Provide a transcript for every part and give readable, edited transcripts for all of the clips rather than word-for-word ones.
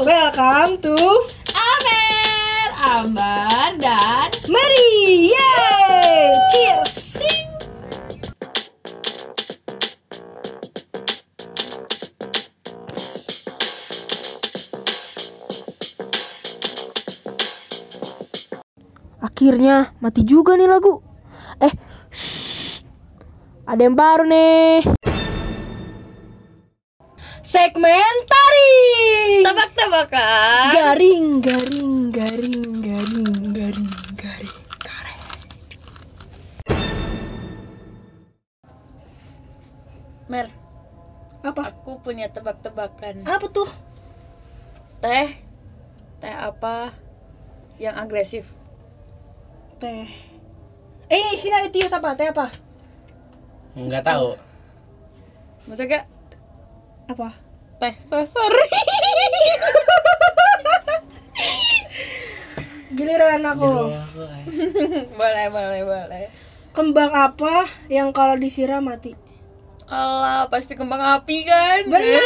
Welcome to Ambar dan Mary. Yeay! Cheers. Akhirnya mati juga nih lagu. Shh. Ada yang baru nih. Segmen tarik. tebak-tebakan. Garing. Mer, Apa? aku punya tebak-tebakan. Apa tuh? Teh apa yang agresif? Teh. Sini ada Tius apa? Teh apa? Nggak tahu. Betul gak? Apa? Teh sosor. Giliran aku. Boleh. Kembang apa yang kalau disiram mati? Alah, pasti kembang api kan? Benar.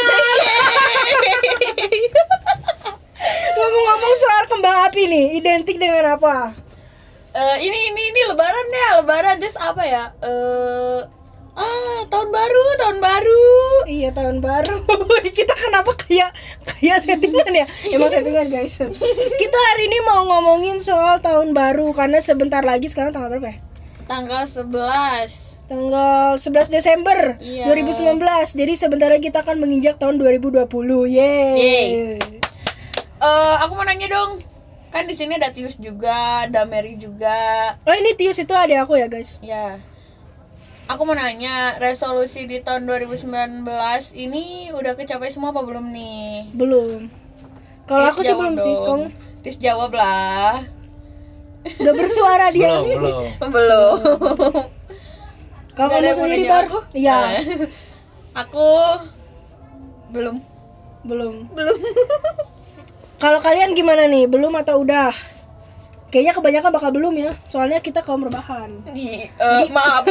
Ngomong-ngomong soal kembang api nih, identik dengan apa? Ini lebaran terus apa ya? Tahun baru. Iya, tahun baru. Kita kenapa kayak settingan ya? Emang settingan guys. Kita hari ini mau ngomongin soal tahun baru karena sebentar lagi sekarang tanggal berapa ya? Tanggal 11. Tanggal 11 Desember Iya. 2019. Jadi sebentar lagi kita akan menginjak tahun 2020. Yeay. Aku mau nanya dong. Kan di sini ada Tius juga, ada Mary juga. Oh, ini Tius itu adik aku ya, guys. Ya. Aku mau nanya, resolusi di tahun 2019 ini udah kecapai semua apa belum nih? Belum. Kalau Tis, aku sih jawab belum sih, dong. Kong. Tis jawab lah. Gak bersuara dia. Belum. Kalau Nggak ada kamu yang mau sendiri nanya Bar? aku? Iya. Aku belum. Belum. Kalau kalian gimana nih? Belum atau udah? Kayaknya kebanyakan bakal belum ya. Soalnya kita kaum rebahan. Maaf.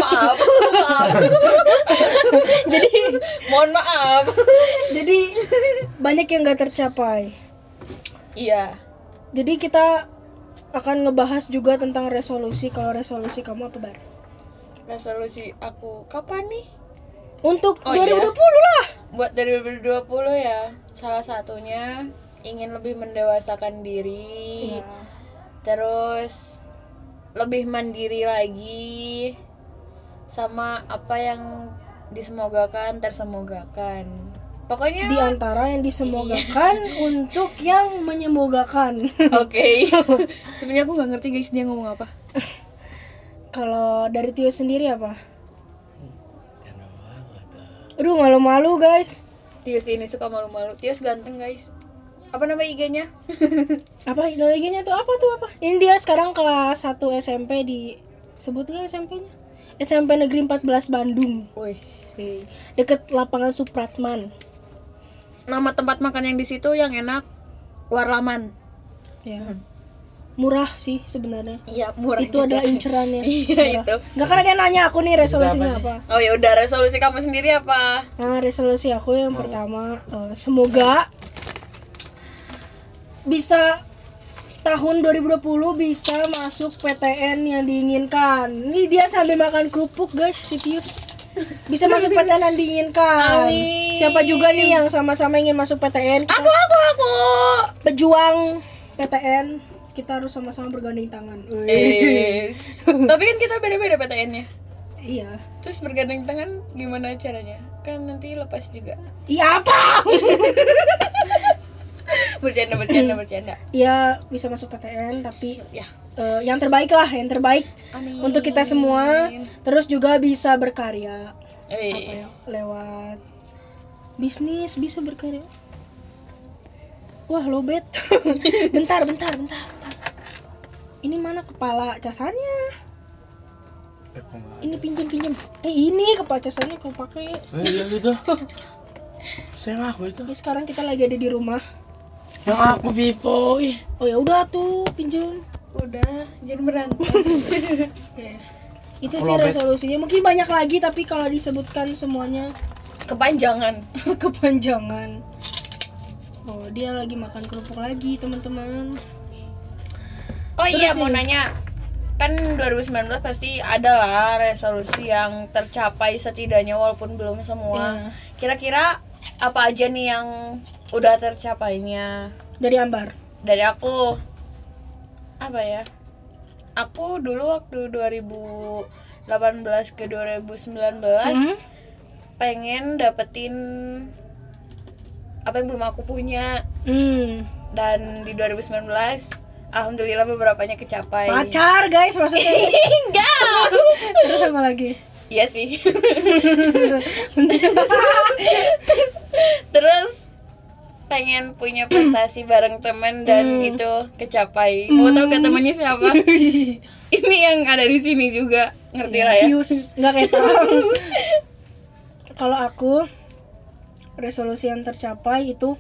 Jadi Mohon maaf. jadi banyak yang gak tercapai. Iya. Jadi kita akan ngebahas juga tentang resolusi. Kalau resolusi kamu apa, Bar? Resolusi aku kapan nih? Untuk Oh, 2020 iya. lah. Buat dari 2020 ya. Salah satunya ingin lebih mendewasakan diri. Iya. Terus lebih mandiri lagi. Sama apa yang disemogakan tersemogakan. Pokoknya Di antara yang disemogakan untuk yang menyemogakan. Oke. Sebenarnya aku nggak ngerti guys dia ngomong apa. Kalau dari Tio sendiri apa? Aduh, malu-malu guys. Tius ini suka malu-malu. Tius ganteng guys. Apa nama IG-nya? Apa IG-nya tuh apa? Ini dia sekarang kelas 1 SMP di sebut nggak SMP-nya? SMP Negeri 14 Bandung. Wih. Deket lapangan Supratman. Nama tempat makan yang di situ yang enak Warlaman. Ya. Murah sih sebenarnya. Iya, murah. Itu juga. adalah incerannya. Iya, Murah. itu. Nggak, karena dia nanya aku nih resolusinya apa. Oh ya udah, resolusi kamu sendiri apa? Nah, resolusi aku yang pertama semoga bisa tahun 2020 bisa masuk PTN yang diinginkan. Ini dia sambil makan kerupuk guys, si Tius. Bisa masuk PTN yang diinginkan. Amin. Siapa juga nih yang sama-sama ingin masuk PTN? Kita Aku. pejuang PTN, kita harus sama-sama bergandeng tangan. Tapi kan kita beda-beda PTN-nya. Iya. Terus bergandeng tangan gimana caranya? Kan nanti lepas juga. Iya apa? Bercanda. Iya, bisa masuk PTN tapi Ya. yang terbaik lah, yang terbaik Amin. untuk kita semua. Terus juga bisa berkarya apa Eh. ya, lewat bisnis, bisa berkarya. Wah, lobet. bentar. Ini mana kepala casannya? Ini pinjam. Ini kepala casannya kau pakai. Iya gitu. Saya aku itu. Ini sekarang kita lagi ada di rumah. Yang aku Vivo. Oh ya udah tuh, pinjam. Udah, jangan berantem. Itu sih resolusinya. Mungkin banyak lagi tapi kalau disebutkan semuanya Kepanjangan. kepanjangan. Oh, dia lagi makan kerupuk lagi, teman-teman. Oh Terus iya, sih- mau nanya. Kan 2019 pasti ada lah resolusi yang tercapai setidaknya walaupun belum semua. Iya. Kira-kira apa aja nih yang udah tercapainya? Dari Ambar. Dari aku apa ya? Aku dulu waktu 2018 ke 2019 pengen dapetin apa yang belum aku punya, dan di 2019 alhamdulillah beberapanya kecapai. Pacar, guys, maksudnya. Enggak. Terus apa lagi? Iya sih. Terus pengen punya prestasi bareng teman dan itu kecapai. Mau tau gak temannya siapa? Ini yang ada di sini juga, ngerti lah ya. Tius, nggak kayak tahu. Kalau aku resolusi yang tercapai itu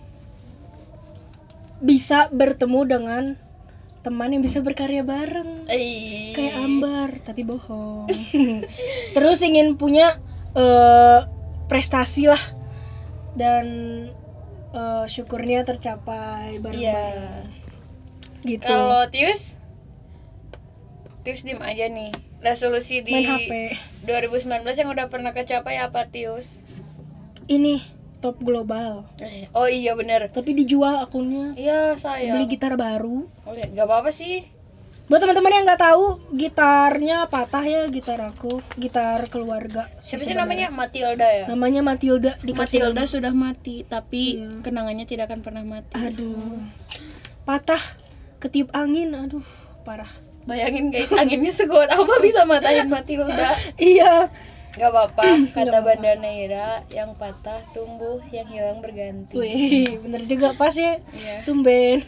bisa bertemu dengan teman yang bisa berkarya bareng kayak Ambar, tapi bohong. Terus ingin punya prestasi lah, dan syukurnya tercapai bareng-bareng. Gitu. Kalau Tius diem aja nih. Resolusi di Main HP. 2019 yang udah pernah kecapai apa, Tius? Ini top global, Oh iya bener. tapi dijual akunnya. Iya sayang. Beli gitar baru. Oh ya, gak apa-apa sih. Buat teman-teman yang nggak tahu, gitarnya patah ya, gitar aku, gitar keluarga. Siapa sih namanya? Matilda ya? Namanya Matilda, dikasih Matilda nama. sudah mati, tapi Iya. kenangannya tidak akan pernah mati. Aduh, patah, ketiup angin, aduh, parah. Bayangin guys, anginnya sekuat apa bisa matahin Matilda. Iya, Gak apa-apa, kata apa-apa. Banda Neira, yang patah tumbuh, yang hilang berganti. wih, bener juga pas ya, Iya. tumben.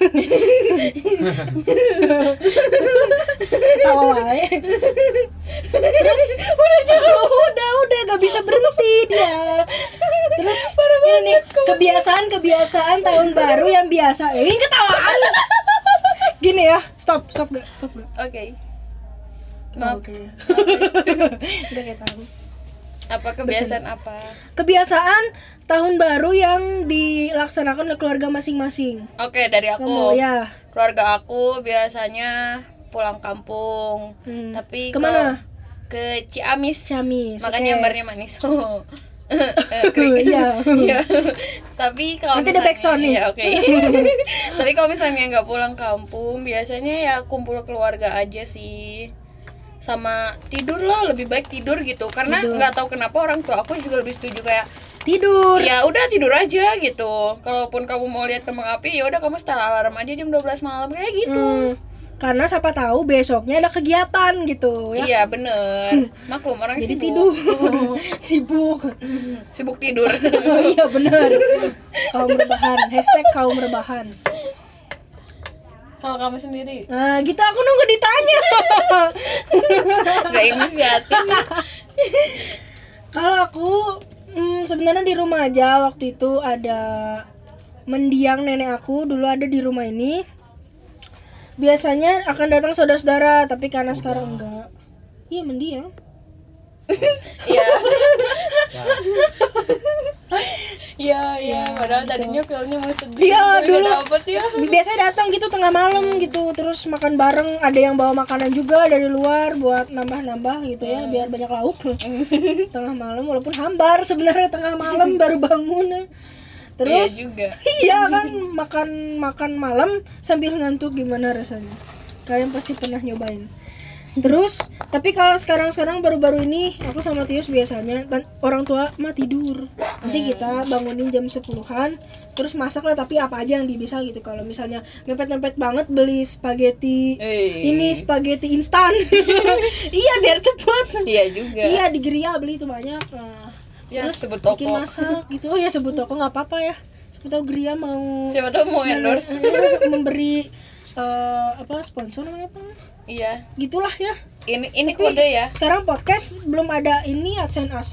Tawa wae. Terus udah gak bisa berhenti dia. Terus ini nih kebiasaan tahun baru yang biasa. Ini ketawaan. Gini ya, stop gak? Oke. Maaf. Oke. Udah kayak tahu. Apa kebiasaan apa? Kebiasaan tahun baru yang dilaksanakan oleh keluarga masing-masing. Oke, dari Kamu aku. ya. Keluarga aku biasanya pulang kampung. Tapi Kemana? Ke Ciamis. Ciamis, Makanya oke. barnya manis. Iya. Iya. Tapi kalau Nanti ada backsound nih. ya, oke. Tapi kalau misalnya nggak pulang kampung, biasanya ya kumpul keluarga aja sih. Sama tidur lah, lebih baik tidur gitu. Karena nggak tahu kenapa orang tua aku juga lebih setuju kayak Tidur. ya udah tidur aja gitu. Kalaupun kamu mau lihat kembang api, ya udah kamu setel alarm aja jam 12 malam kayak gitu. Karena siapa tahu besoknya ada kegiatan gitu ya. Iya bener. Maklum orang Jadi sibuk. tidur. Sibuk. Sibuk tidur. Iya benar. Kaum rebahan. #kaum rebahan. Kalau kamu sendiri Nah, gitu aku nunggu ditanya. nggak inisiatif. Kalau aku sebenarnya di rumah aja. Waktu itu ada mendiang nenek aku, dulu ada di rumah ini. Biasanya akan datang saudara-saudara, tapi karena sekarang enggak. Iya, mendiang. Iya. Iya. Padahal tadinya filmnya mau sedih. Iya, tapi nggak dulu. dapet ya. Biasanya datang gitu tengah malam gitu, terus makan bareng. Ada yang bawa makanan juga dari luar buat nambah-nambah gitu ya, biar banyak lauk. Tengah malam, walaupun hambar sebenarnya tengah malam baru bangun. Terus Iya juga. iya kan, makan malam sambil ngantuk, gimana rasanya? Kalian pasti pernah nyobain. Terus tapi kalau sekarang baru-baru ini aku sama Tius biasanya orang tua mah tidur. Nanti kita bangunin jam 10-an, terus masak lah, tapi apa aja yang bisa gitu. Kalau misalnya mepet-mepet banget beli spaghetti, ini spaghetti instan. Iya, biar cepet. Iya juga. Iya, di Geria beli itu banyak. Nah, Ya, terus sebut toko. bikin masak gitu. Oh ya, sebut toko nggak apa-apa ya. Siapa tahu Geria mau Siapa tahu mau endorse. memberi apa sponsor namanya apa? Iya. Gitulah ya. Ini kode ya. Sekarang podcast belum ada ini AdSense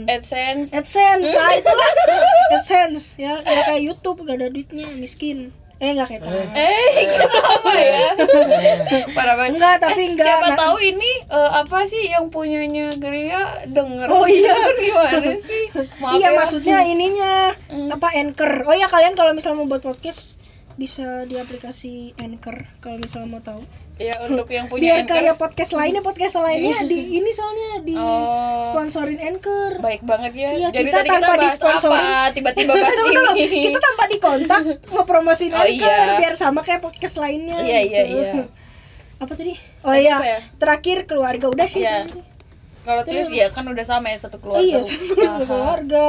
AdSense. itulah AdSense ya, nggak kayak YouTube, gak ada duitnya, miskin. Enggak kayak tahu. Kenapa ya? Parah banget. Enggak, tapi enggak. Siapa tahu ini apa sih yang punyanya Gria denger. Oh iya. Gimana sih? Maaf Iya, ya. maksudnya ininya apa Anchor. Oh ya, kalian kalau misalnya mau buat podcast bisa di aplikasi Anchor kalau misalnya mau tahu. Ya untuk yang punya Biar Anchor. kayak podcast lainnya di ini soalnya di sponsorin Anchor. Baik banget ya. Iya, Jadi kita tadi kita tanpa bahas disponsorin. apa? Tiba-tiba bahas Tunggu dulu, ini. kita tanpa dikontak ngepromosin Oh, Anchor iya. biar sama kayak podcast lainnya. Iya, gitu. iya, iya. Apa tadi? Oh Tadi iya, apa ya? terakhir keluarga udah sih. Iya. Kalau Tius ya kan udah sama ya satu keluarga. Iya, satu keluarga.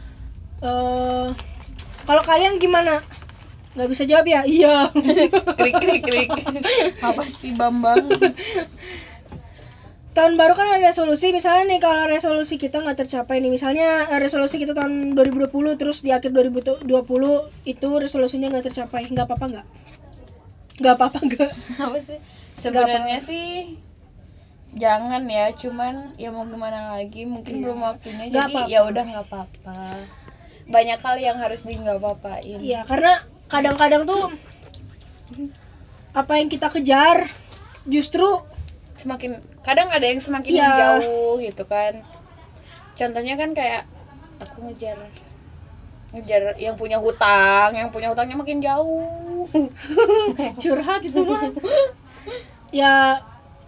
Kalau kalian gimana? Nggak bisa jawab ya? Iya. Krik. Apa sih Bambang? Tahun baru kan ada resolusi, misalnya nih kalau resolusi kita nggak tercapai nih, misalnya resolusi kita tahun 2020 terus di akhir 2020 itu resolusinya nggak tercapai, nggak apa-apa nggak? Nggak apa-apa nggak? Apa sih? Sebenarnya sih jangan ya, cuman ya mau gimana lagi, mungkin belum waktunya. Nggak Jadi apa-apa. ya udah nggak apa-apa. Banyak hal yang harus di nggak apa-apain. Iya, karena kadang-kadang tuh apa yang kita kejar justru Semakin kadang ada yang semakin Iya. jauh gitu kan. Contohnya kan kayak aku ngejar yang punya hutangnya makin jauh. curhat itu mah. Ya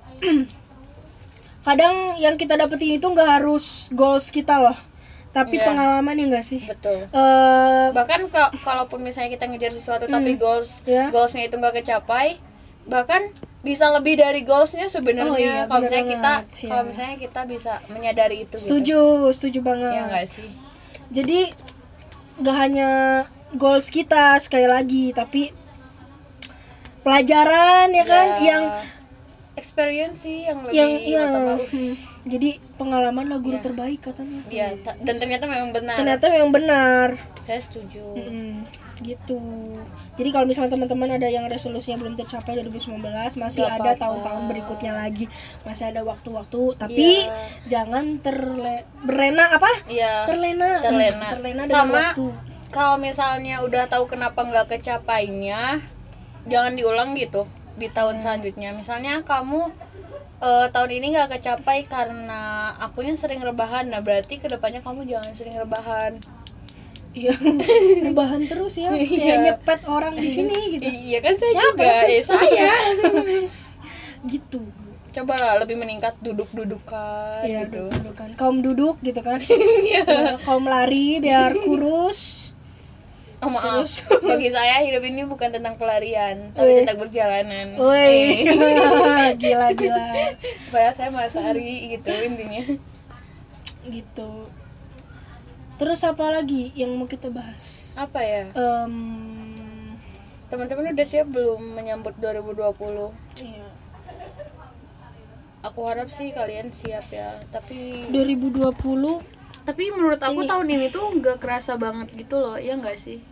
kadang yang kita dapetin itu nggak harus goals kita loh, tapi Iya. pengalaman ya nggak sih? Betul. Eh, Bahkan kalaupun misalnya kita ngejar sesuatu tapi Iya. goalsnya itu nggak kecapai, bahkan bisa lebih dari goalsnya sebenarnya. Oh iya, kalau bener misalnya kita banget, kalau iya. misalnya kita bisa menyadari itu gitu. setuju banget. Ya nggak sih? Jadi nggak hanya goals kita sekali lagi, tapi pelajaran ya kan, yang experience sih yang lebih iya, utama. jadi pengalaman lah guru Iya. terbaik katanya. Iya, dan ternyata memang benar. Ternyata memang benar. Saya setuju. Gitu. Jadi kalau misalnya teman-teman ada yang resolusinya belum tercapai 2019, masih Gak ada apa-apa. tahun-tahun berikutnya lagi, masih ada waktu-waktu, tapi Iya. jangan terlena Iya. terlena dengan Sama waktu. kalau misalnya udah tahu kenapa nggak kecapainya, jangan diulang gitu di tahun selanjutnya. Misalnya kamu tahun ini nggak kecapai karena akunya sering rebahan, nah berarti kedepannya kamu jangan sering rebahan. Iya. Bahan terus ya, kayak Iya. nyepet orang di sini gitu. Iya kan saya Siapa? juga, saya. Gitu. Cobalah lebih meningkat duduk-dudukan Iya, gitu. duduk kan. Kaum duduk gitu kan. Kaum lari biar kurus. Oh maaf, bagi saya hidup ini bukan tentang pelarian, Wih. tapi tentang perjalanan. Woi. Gila. Padahal saya Mas Ari gitu intinya. Gitu. Terus apa lagi yang mau kita bahas? Apa ya? Teman-teman udah siap belum menyambut 2020? Iya. Aku harap sih kalian siap ya. Tapi 2020. menurut aku tahun ini tuh nggak kerasa banget gitu loh, ya nggak sih?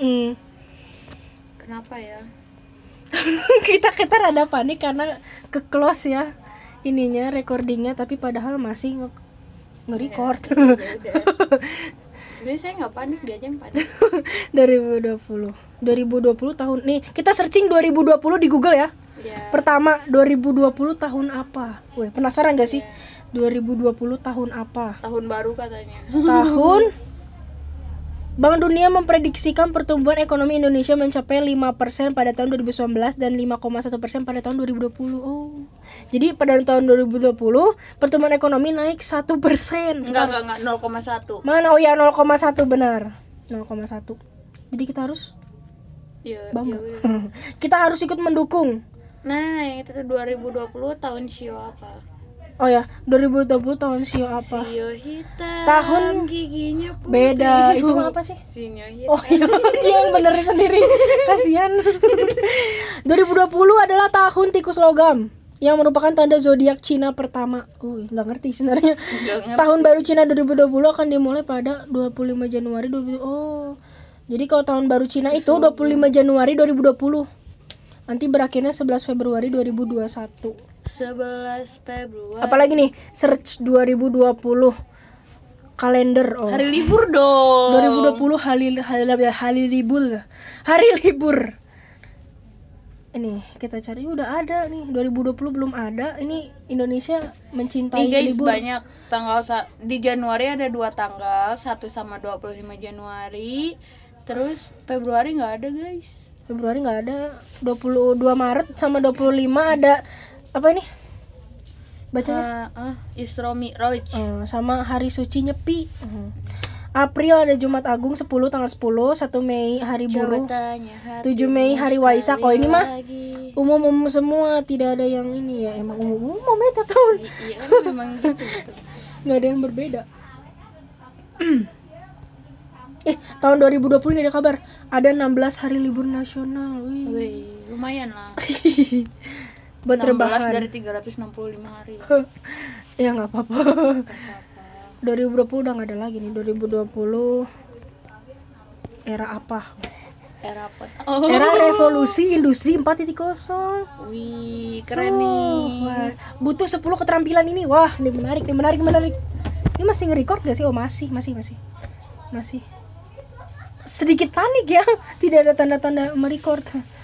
Kenapa ya? kita rada panik karena ke close ya ininya recordingnya, tapi padahal masih nge-record. Sebenarnya saya nggak panik, dia aja yang panik. 2020 tahun nih, kita searching 2020 di Google ya. Ya. Pertama, 2020 tahun apa? Wih, penasaran gak sih? 2020 tahun apa? Tahun baru katanya. Tahun Bank Dunia memprediksikan pertumbuhan ekonomi Indonesia mencapai 5% pada tahun 2019 dan 5,1% pada tahun 2020. Oh. Jadi pada tahun 2020 pertumbuhan ekonomi naik 1%. Enggak 0,1. Mana? Oh ya 0,1 benar. 0,1. Jadi kita harus Ya, bangga. ya udah. Kita harus ikut mendukung. Nah, itu tuh 2020 tahun Shio apa? Oh ya, 2020 tahun Sio apa? Shio hitam. Tahun giginya putih. Beda. Itu apa sih? Shio hitam. Oh iya, dia yang benerin sendiri. Kasihan. 2020 adalah tahun tikus logam yang merupakan tanda zodiak Cina pertama. Oh, nggak ngerti sebenarnya. Tahun baru Cina 2020 akan dimulai pada 25 Januari 2020. Oh. Jadi kalau tahun baru Cina itu 25 Januari 2020. Nanti berakhirnya 11 Februari 2021. 11 Februari. Apalagi nih, search 2020 kalender. Oh. Hari libur dong. 2020 hari libur. Ini kita cari udah ada nih 2020 belum ada. Ini Indonesia mencintai Nih guys, libur. banyak tanggal di Januari ada 2 tanggal, 1 sama 25 Januari. Terus Februari nggak ada guys. Februari nggak ada. 22 Maret sama 25 ada apa ini? Bacanya Isra Mi'raj. sama hari suci Nyepi. April ada Jumat Agung 10 tanggal 10, 1 Mei hari buruh, 7 Mei hari Waisak. Oh ini mah umum semua, tidak ada yang ini ya, emang umum ya tahun. Iya kan memang gitu. Nggak ada yang berbeda. Tahun 2020 ini ada kabar, ada 16 hari libur nasional. Wih, lumayan lah. Buat 16 rebahan. dari 365 hari. Ya nggak apa-apa. 2020 udah nggak ada lagi nih. 2020 era apa? Era apa? Era revolusi industri 4.0. Wih, keren nih. Wah, butuh 10 keterampilan ini. Wah, ini menarik. Ini masih nge-record gak sih? Oh, masih. Sedikit panik ya. Tidak ada tanda-tanda merecord.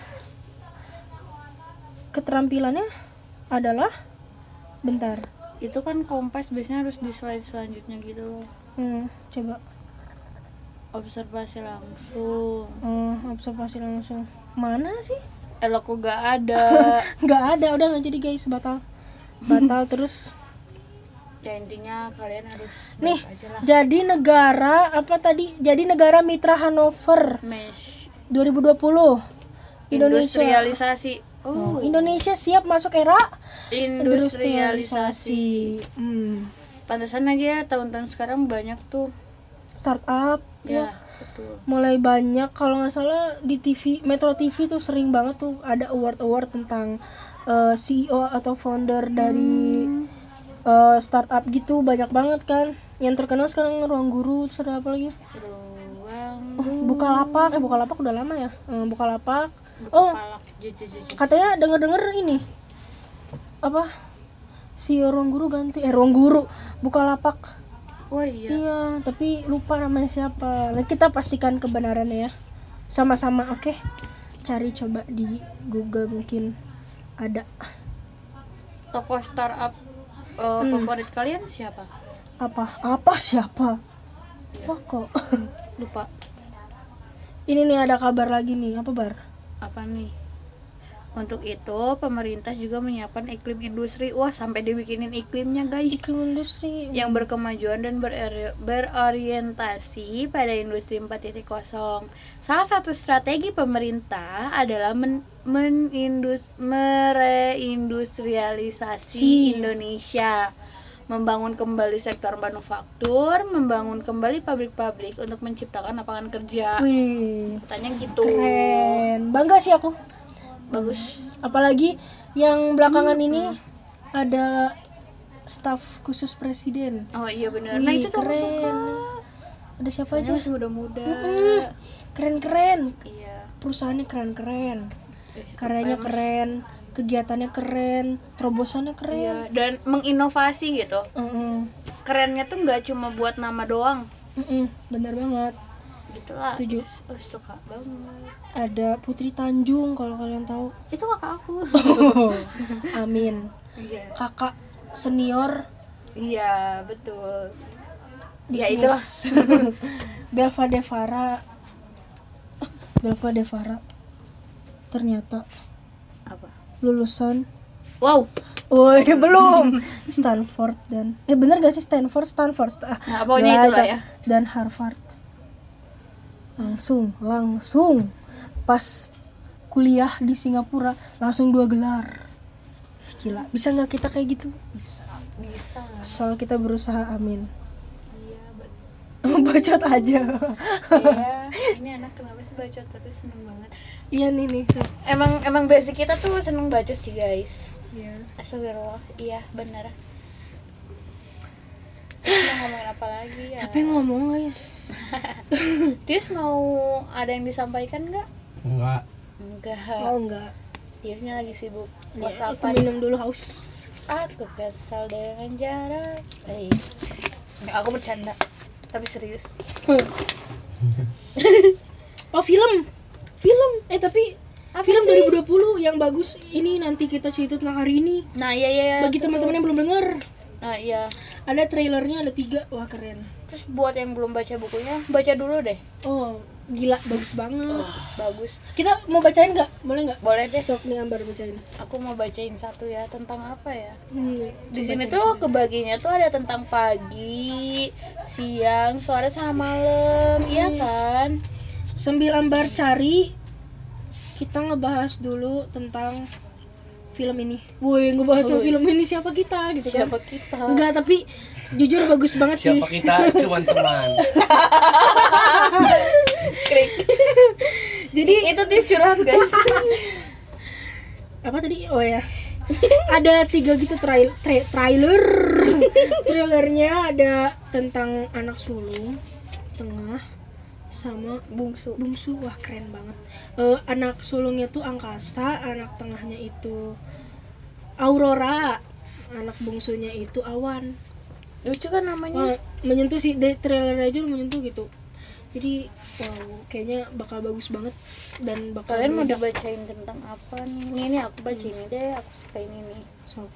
Keterampilannya adalah bentar. Itu kan Kompas biasanya harus di slide selanjutnya gitu loh. Coba. Observasi langsung. Observasi langsung. Mana sih? Kok gak ada. Nggak ada, udah nggak jadi guys, batal terus. Ya intinya kalian harus Nih, aja lah. jadi negara apa tadi? Jadi negara mitra Hanover Mesh 2020. Indonesia. Industrialisasi. Indonesia siap masuk era Industrialisasi. Pantesan aja tahun-tahun sekarang banyak tuh Startup ya, betul. mulai banyak. Kalau nggak salah di TV, Metro TV tuh sering banget tuh ada award tentang CEO atau founder dari startup gitu, banyak banget kan. Yang terkenal sekarang Ruang Guru, terus ada apa lagi? Bukalapak udah lama ya. Bukalapak. Katanya denger ini apa? CEO Ruang Guru ganti Ruang Guru Bukalapak. Oh iya. Iya, tapi lupa namanya siapa. Nah, kita pastikan kebenarannya ya. Sama-sama, oke. Cari coba di Google mungkin ada. Tokoh startup favorit kalian siapa? Apa siapa? Kok Lupa. ini nih ada kabar lagi nih. Apa bar? Apa nih? Untuk itu pemerintah juga menyiapkan iklim industri. Wah, sampai dibikinin iklimnya guys. Iklim industri Yang berkemajuan dan berorientasi pada industri 4.0. Salah satu strategi pemerintah adalah mereindustrialisasi Indonesia, membangun kembali sektor manufaktur, membangun kembali pabrik-pabrik untuk menciptakan lapangan kerja. Wih, Katanya gitu. keren. Bangga sih aku. Bagus. Apalagi yang belakangan ini ada staf khusus presiden. Oh iya benar. Wih, Nah itu tuh aku keren. suka. Ada siapa Soalnya aja? masih muda-muda. Keren. Iya. Perusahaannya keren. Karyanya keren, kegiatannya keren, terobosannya keren. Iya, dan menginovasi gitu. Kerennya tuh nggak cuma buat nama doang. Bener banget. Gitulah. Setuju. Suka banget. Ada Putri Tanjung kalau kalian tahu. Itu kakak aku. Amin. Iya. Kakak senior. Iya, betul. Bisnis. Ya itulah. Belva Devara. Ternyata Apa? lulusan belum Stanford dan bener gak sih Stanford Nah, pokoknya itulah ya. dan Harvard. Langsung pas kuliah di Singapura langsung 2 gelar. Gila, bisa nggak kita kayak gitu? Bisa asal kita berusaha. Amin. Iya, betul. Bacot aja. Iya, ini anak kenapa sih bacot, tapi seneng banget. Iya nih Emang basic kita tuh seneng bacot sih guys. Iya. Astagfirullah. Iya, benar. Mau ngomongin apa lagi ya? Capek ngomong guys. Tius mau ada yang disampaikan nggak? Enggak. Enggak. Tiusnya lagi sibuk Aku WhatsAppan. minum dulu haus. Aku kesal dengan jarak. Nggak, aku bercanda tapi serius. Oh film tapi Apa Film sih? 2020 yang bagus ini nanti kita cerita tentang hari ini. Nah iya Bagi betul. teman-teman yang belum denger, Nah iya. ada trailernya, ada 3. Wah keren. Terus buat yang belum baca bukunya, baca dulu deh. Oh gila, bagus banget. Bagus. Kita mau bacain nggak? Boleh nggak? Boleh deh. Sok nih Ambar bacain. Aku mau bacain satu ya, tentang apa ya? Di coba sini cari. tuh kebagiannya tuh ada tentang pagi, siang, sore sama malam, iya kan? Sambil Ambar cari, kita ngebahas dulu tentang film ini. Woi, ngebahas tentang film ini siapa kita gitu kan? Siapa kita? Enggak, tapi jujur bagus banget sih. Siapa kita? Cuman teman. Krik. Jadi Itu tuh curhat guys. apa tadi? Oh ya. Ada 3 gitu trailer. Trailernya ada tentang anak sulung, tengah, sama bungsu. Wah keren banget. Anak sulungnya tuh angkasa, anak tengahnya itu Aurora, anak bungsunya itu Awan. Lucu kan namanya? Wah, menyentuh sih, dari trailer aja udah menyentuh gitu. Jadi wow, kayaknya bakal bagus banget dan bakal Kalian mau meledak. dibacain tentang apa nih? Ini aku baca ini deh, aku suka ini nih. So.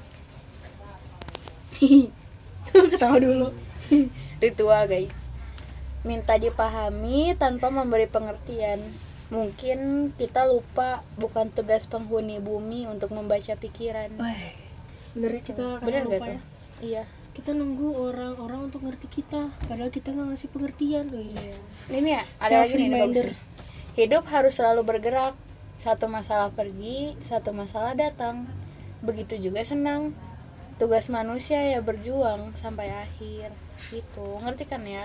Ketawa dulu. Ritual guys. Minta dipahami tanpa memberi pengertian. Mungkin kita lupa bukan tugas penghuni bumi untuk membaca pikiran. Wah, bener kita Bener lupa gak tuh? ya. Iya. Kita nunggu orang-orang untuk ngerti kita, padahal kita nggak ngasih pengertian. Oh, iya. Ini ya, ada Self lagi nih bagus reminder. nih. Hidup harus selalu bergerak. Satu masalah pergi, satu masalah datang. Begitu juga senang. Tugas manusia ya berjuang sampai akhir. Gitu. Ngerti kan ya?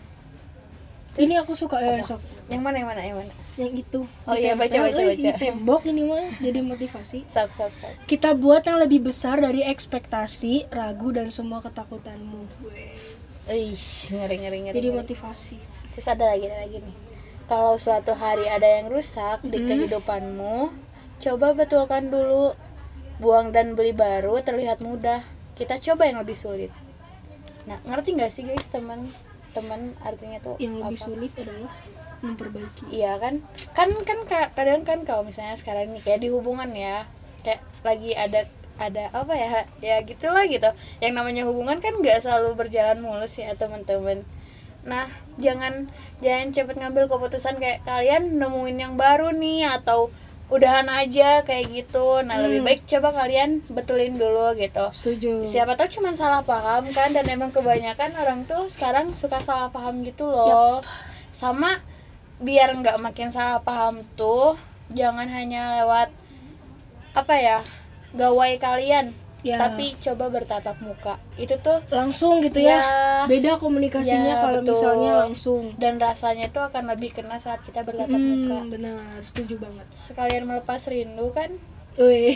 Ini aku suka ya, sok. Yang mana? Yang itu. Oh iya, baca. Di tembok ini mah jadi motivasi. Sap. Kita buat yang lebih besar dari ekspektasi, ragu dan semua ketakutanmu. Ih, ngeri. Jadi motivasi. Terus ada lagi nih. Kalau suatu hari ada yang rusak di kehidupanmu, coba betulkan dulu. Buang dan beli baru terlihat mudah. Kita coba yang lebih sulit. Nah, ngerti nggak sih guys, teman artinya tuh Yang lebih apa? sulit adalah memperbaiki. Iya kan? Kadang kan kalau misalnya sekarang nih kayak di hubungan ya, kayak lagi ada apa ya? Ya gitulah gitu. Yang namanya hubungan kan nggak selalu berjalan mulus ya, teman-teman. Nah, jangan cepet ngambil keputusan kayak kalian nemuin yang baru nih atau udahan aja kayak gitu. Nah, lebih baik coba kalian betulin dulu gitu. Setuju. Siapa tahu cuma salah paham kan, dan emang kebanyakan orang tuh sekarang suka salah paham gitu loh. Sama biar nggak makin salah paham tuh, jangan hanya lewat apa ya, gawai kalian, Ya. tapi coba bertatap muka. Itu tuh Langsung gitu ya. Ya. Beda komunikasinya Ya, kalau betul. misalnya langsung. dan rasanya tuh akan lebih kena saat kita bertatap muka. Benar, setuju banget. Sekalian melepas rindu kan. Wih,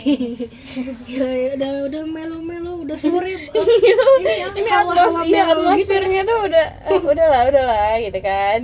ya, udah melo-melo, udah sore. Ini atmosfernya tuh udahlah gitu kan.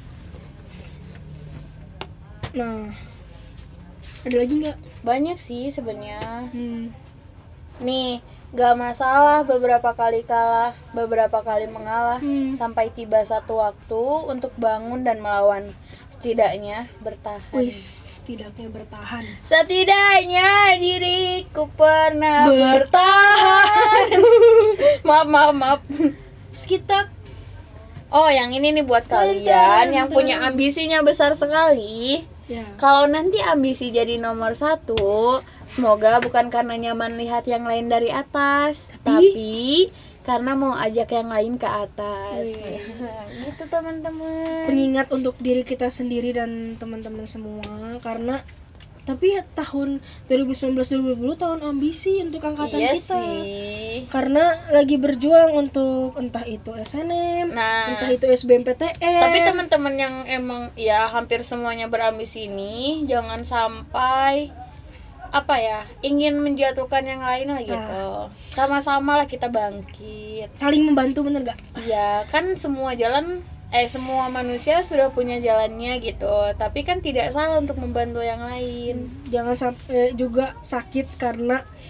Nah, ada lagi nggak? Banyak sih sebenarnya. Nih, gak masalah beberapa kali kalah, beberapa kali mengalah, sampai tiba satu waktu untuk bangun dan melawan. Setidaknya bertahan. Wis, setidaknya bertahan. Setidaknya diriku pernah bertahan. Maaf. Terus kita Oh, yang ini nih buat kalian yang punya ambisinya besar sekali. ya Kalau nanti ambisi jadi nomor 1, semoga bukan karena nyaman lihat yang lain dari atas, tapi karena mau ajak yang lain ke atas. Gitu teman-teman. pengingat untuk diri kita sendiri dan teman-teman semua, karena tapi ya, tahun 2019-2020 tahun ambisi untuk angkatan Iya kita. sih. Karena lagi berjuang untuk entah itu SNM, Nah. entah itu SBMPTN. Tapi teman-teman yang emang ya hampir semuanya berambisi ini, jangan sampai apa ya, ingin menjatuhkan yang lain lah gitu. Sama-sama lah kita bangkit. saling membantu, bener gak? Iya, kan semua manusia sudah punya jalannya gitu. Tapi kan tidak salah untuk membantu yang lain. Jangan sampai juga sakit karena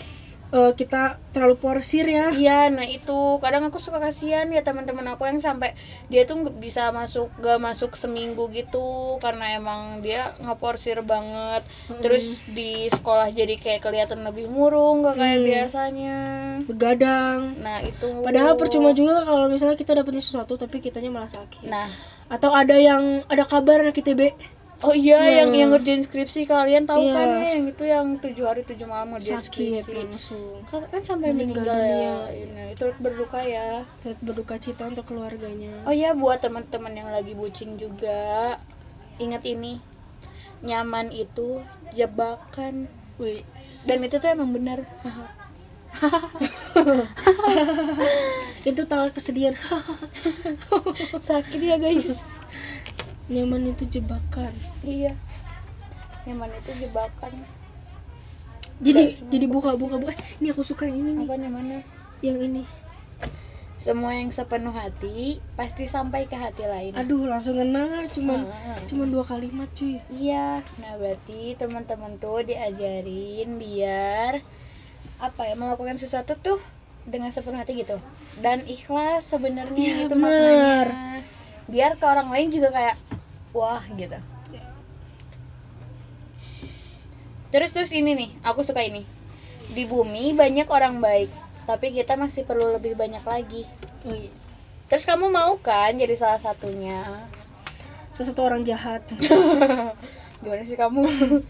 kita terlalu porsir ya. Iya, nah itu kadang aku suka kasihan ya teman-teman aku yang sampai dia tuh nggak bisa gak masuk seminggu gitu karena emang dia ngeporsir banget. Terus di sekolah jadi kayak kelihatan lebih murung, gak kayak biasanya. Begadang. Nah itu. Padahal percuma juga kalau misalnya kita dapetin sesuatu tapi kitanya malah sakit. Nah, Atau ada kabar anak ITB. oh iya, yang ngerjain skripsi kalian tahu Iya. kan ya, yang itu yang 7 hari 7 malam ngerjain Sakit skripsi. langsung. Kan sampai meninggal ya. Ini itu berduka ya. Turut berduka cita untuk keluarganya. Oh ya, buat teman-teman yang lagi bucin juga, ingat ini, nyaman itu jebakan. Wih. Dan itu tuh emang benar. Itu tawa kesedihan. Sakit ya guys. Nyaman itu jebakan. Iya, nyaman itu jebakan. Jadi buka. Ini aku suka yang ini nih. Apa namanya? Yang ini. Semua yang sepenuh hati pasti sampai ke hati lain. Aduh, langsung ngena. Cuman 2 kalimat cuy. Iya, nah berarti teman-teman tuh diajarin biar apa ya, melakukan sesuatu tuh dengan sepenuh hati gitu dan ikhlas sebenarnya. Iya, itu bener. maknanya. Biar ke orang lain juga kayak wah gitu. Terus ini nih, aku suka ini. Di bumi banyak orang baik, tapi kita masih perlu lebih banyak lagi. Oh, iya. Terus kamu mau kan jadi salah satunya? Salah satu orang jahat. Gimana sih kamu?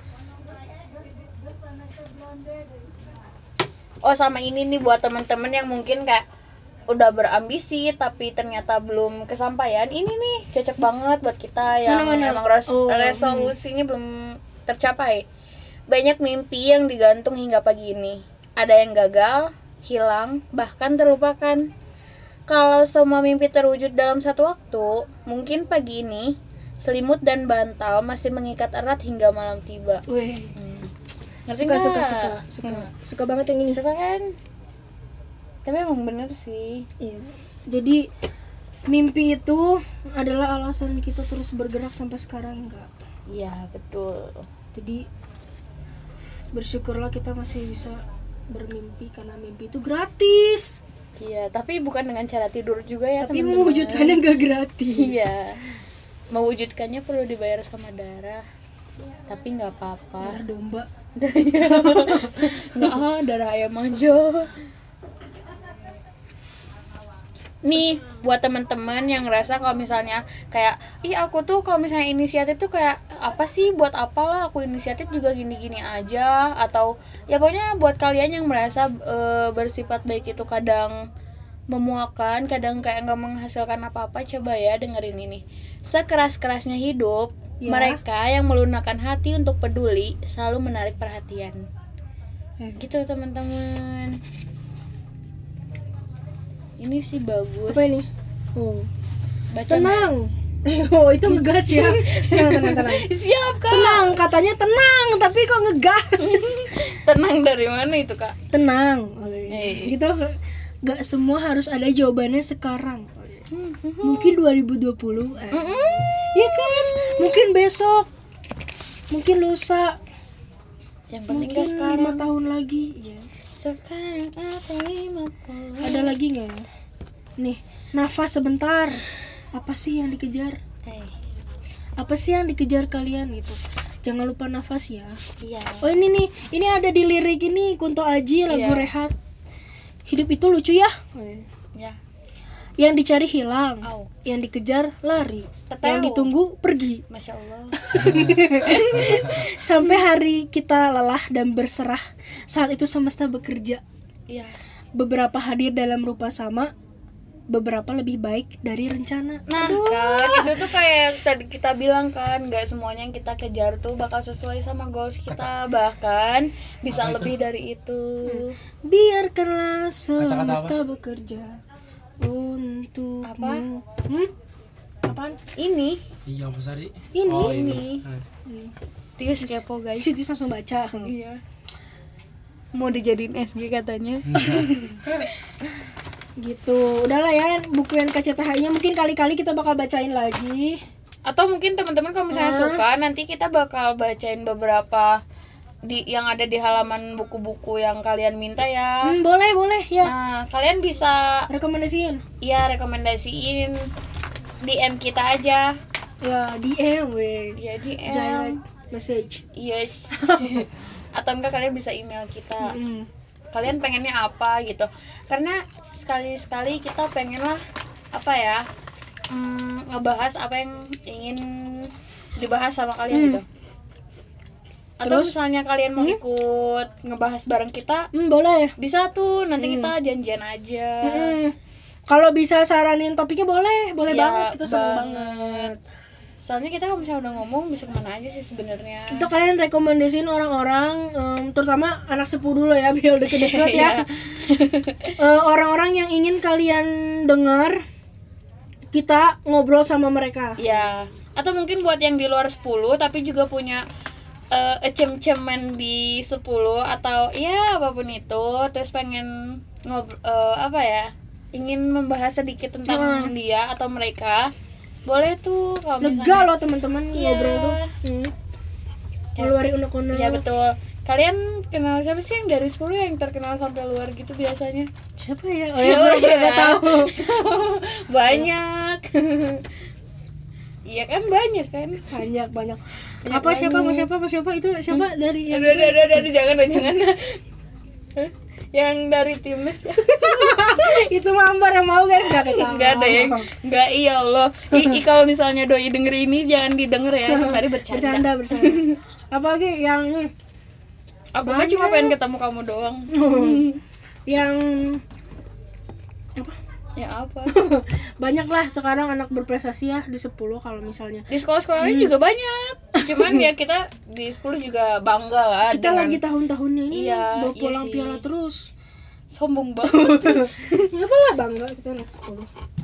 Oh, sama ini nih buat teman-teman yang mungkin kayak udah berambisi tapi ternyata belum kesampaian. Ini nih cocok banget buat kita yang Mana? emang Oh, resolusinya belum tercapai. Banyak mimpi yang digantung hingga pagi ini. Ada yang gagal, hilang, bahkan terlupakan. Kalau semua mimpi terwujud dalam satu waktu, mungkin pagi ini selimut dan bantal masih mengikat erat hingga malam tiba. Wih. Ngerti Suka, nggak? suka banget yang ini. Suka kan? Tapi emang bener sih. Iya. Jadi mimpi itu adalah alasan kita terus bergerak sampai sekarang enggak. Iya, betul. Jadi bersyukurlah kita masih bisa bermimpi karena mimpi itu gratis. Iya, tapi bukan dengan cara tidur juga ya, Tapi teman-teman. mewujudkannya enggak gratis. Iya. Mewujudkannya perlu dibayar sama darah. Tapi nggak apa-apa. Darah domba. Nggak, darah ayam aja. Nih, buat teman-teman yang ngerasa kalau misalnya kayak, ih aku tuh kalau misalnya inisiatif tuh kayak apa sih, buat apalah aku inisiatif juga gini-gini aja, atau ya pokoknya buat kalian yang merasa bersifat baik itu kadang memuakan, kadang kayak nggak menghasilkan apa-apa, coba ya dengerin ini. Sekeras-kerasnya hidup, Ya. mereka yang melunakkan hati untuk peduli selalu menarik perhatian. Gitu teman-teman. Ini sih bagus. Apa ini? Oh. Baca Tenang. Oh, itu ngegas ya. Tenang. Siap kak. Tenang, katanya tenang, tapi kok ngegas. Tenang dari mana itu kak? Tenang. Hey. Gitu. Gak semua harus ada jawabannya sekarang. Mungkin 2020. Ya kan? Mungkin besok. Mungkin lusa. Yang penting Mungkin gak sekarang. 5 tahun lagi. Ya. Sekarang apa 50? Ada lagi nggak? Nih, nafas sebentar. Apa sih yang dikejar? Apa sih yang dikejar kalian gitu? Jangan lupa nafas ya. Iya. Oh ini nih, ini ada di lirik ini Kunto Aji lagu Iya. Rehat. Hidup itu lucu ya. Ya. Yang dicari hilang, Au. yang dikejar lari, Teteo. yang ditunggu pergi. Masya Allah. Sampai hari kita lelah dan berserah. Saat itu semesta bekerja. Iya. Beberapa hadir dalam rupa sama, beberapa lebih baik dari rencana. Nah kan itu tuh kayak yang tadi kita bilang kan, nggak semuanya yang kita kejar tuh bakal sesuai sama goals kita, bahkan bisa Apa itu? lebih dari itu. Biarkanlah Kata-kata semesta bekerja untukmu. Apa? Apaan? Ini Iya, Mas Ari. Ini. Oh, Ini. Nah, Tius kepo guys. Situ langsung baca. Iya. Mau dijadiin SG katanya. Gitu. Udahlah ya, buku yang KCTH-nya mungkin kali-kali kita bakal bacain lagi. Atau mungkin teman-teman kalau misalnya suka, nanti kita bakal bacain beberapa yang ada di halaman buku-buku yang kalian minta ya. Boleh ya. Nah, kalian bisa Rekomendasiin. rekomendasiin DM kita aja. Ya DM weh. Ya DM. Direct message. Yes. Atau enggak kalian bisa email kita. Mm. Kalian pengennya apa gitu. Karena sekali-sekali kita pengen lah apa ya? Ngebahas apa yang ingin dibahas sama kalian gitu. Atau Terus? misalnya kalian mau ikut ngebahas bareng kita, Boleh. bisa tuh nanti kita janjian aja. Kalau bisa saranin topiknya boleh Ya, banget, kita seneng banget. Soalnya kita kalau misalnya udah ngomong bisa kemana aja sih sebenarnya. Itu kalian rekomendasiin orang-orang, terutama anak sepuh dulu ya, biar deket-deket ya. Orang-orang yang ingin kalian dengar kita ngobrol sama mereka. Ya, atau mungkin buat yang di luar 10 tapi juga punya cem-cemen di 10 atau ya apapun itu, terus pengen apa ya? Ingin membahas sedikit tentang dia atau mereka. Boleh tuh kalau Lega misalnya. loh teman-teman ngobrol tuh. Ngeluarin unek-unek. Ya betul. Kalian kenal siapa sih yang dari 10 yang terkenal sampai luar gitu biasanya? Siapa ya? Oh Siapa ya, ya? gak tahu. Banyak. Iya kan banyak kan? Banyak. Apa siapa itu siapa dari yang Aduh, jangan. Yang dari timnas ya. itu mambar yang mau guys, gak ketawa. Enggak ada yang enggak, iya Allah. Kalau misalnya doi denger ini jangan didengar ya, mari bercanda. Bercanda. Apa lagi yang Aku mah cuma pengen ketemu kamu doang. yang apa? Ya apa? Banyak lah sekarang anak berprestasi ya di 10 kalau misalnya. Di sekolah-sekolah lain juga banyak. Cuman ya kita di 10 juga bangga lah. Kita dengan- lagi tahun-tahunnya ini Iya, bawa iya pulang sih. piala terus. sombong banget. Ya apalah bangga kita anak 10.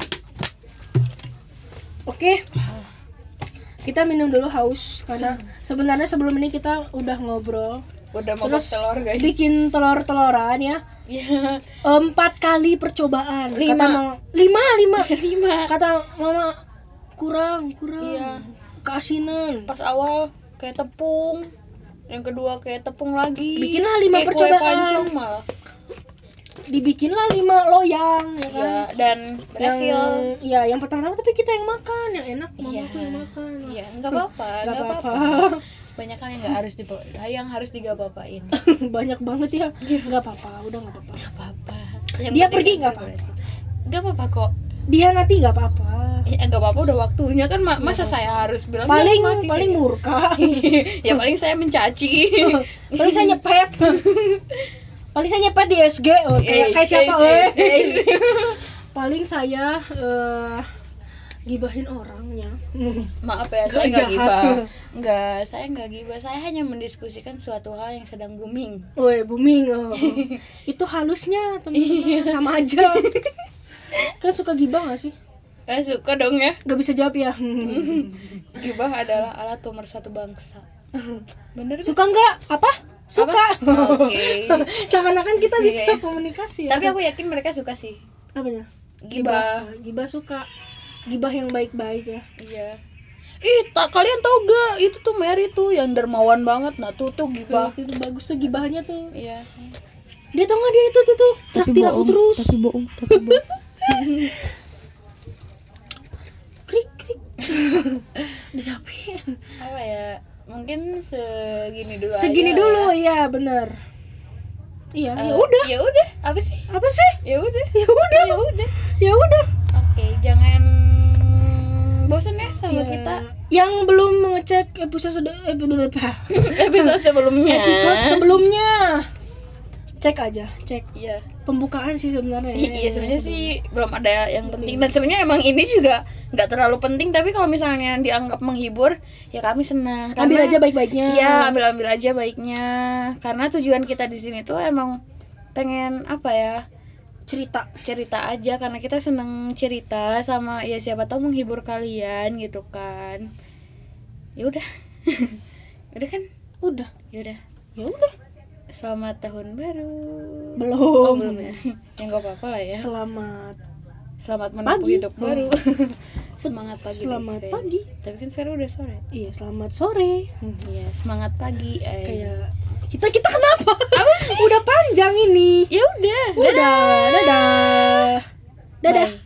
Oke. Kita minum dulu haus karena sebenarnya sebelum ini kita udah ngobrol. Udah mau Terus telur guys. bikin telur-teloran ya. Iya. 4 kali percobaan. 5. Kata mama, 5. 5. Kata mama kurang. Iya. Keasinan. Pas awal kayak tepung, yang kedua kayak tepung lagi. Bikinlah 5 Kayak percobaan. kue pancong malah. Dibikinlah 5 loyang ya kan. Iya, dan berhasil. Yang pertama-tama tapi kita yang makan, yang enak mamaku yang makan. Iya, enggak apa-apa, Nggak enggak apa-apa. apa-apa. Banyak kali yang harus digapapain. Banyak banget ya. Nggak apa-apa, udah nggak apa-apa. Enggak apa-apa. Dia pergi nggak apa-apa. Enggak apa-apa kok. Dihianati nggak apa-apa. Ya enggak apa-apa, udah waktunya kan, masa saya harus bilang Paling "Ya, mati paling deh." murka. Ya paling saya mencaci. Paling saya nyepet. Paling saya nyepet di SG. Oh, kayak siapa weh? Paling saya gibahin orangnya. Maaf ya, Gak saya enggak jahat. gibah. Enggak, saya enggak gibah. Saya hanya mendiskusikan suatu hal yang sedang booming. Woi, booming. Itu halusnya teman-teman sama aja. Kan suka gibah gak sih? Suka dong ya. Gak bisa jawab ya. Gibah adalah alat pemersatu bangsa. Bener kan? Suka nggak? Apa? Suka. Oke. Seakan-akan kita bisa Iya. komunikasi ya. Tapi aku yakin mereka suka sih. Apanya? Gibah. Gibah suka. Gibah yang baik-baik ya. Iya. Kalian tau gak? Itu tuh Mary tuh yang dermawan banget. Nah tuh gibah. Itu bagus tuh gibahnya tuh. Iya. Dia tau nggak dia itu tuh traktir aku terus. Tapi bohong. Krik. Disapi. Apa ya? Mungkin segini dulu Segini aja dulu ya. ya, benar. Iya, ya udah. Ya udah. Apa sih? Apa sih? Ya udah. Ya udah. Ya udah. Ya udah. Oke, jangan bosan ya sama Iya. kita. Yang belum mengecek episode Episode sebelumnya. cek aja, cek Iya. pembukaan sih sebenarnya. Iya sebenarnya sih belum ada yang penting, dan sebenarnya emang ini juga nggak terlalu penting, tapi kalau misalnya dianggap menghibur ya kami senang. Ambil aja baik-baiknya. Iya, ambil aja baiknya, karena tujuan kita di sini tuh emang pengen apa ya, cerita aja, karena kita seneng cerita sama ya siapa tahu menghibur kalian gitu kan. Ya udah. Udah kan? Udah. Ya udah. Selamat tahun baru. Belum ya. Ya nggak apa-apa lah ya. Selamat Menempuh pagi. hidup baru. Semangat pagi. Selamat deh, pagi. Tapi kan sekarang udah sore. Iya, selamat sore. Iya, semangat pagi. Kayak Kita kenapa? Apa sih? Udah panjang ini. Ya udah. Udah, dadah. Dadah. Bye.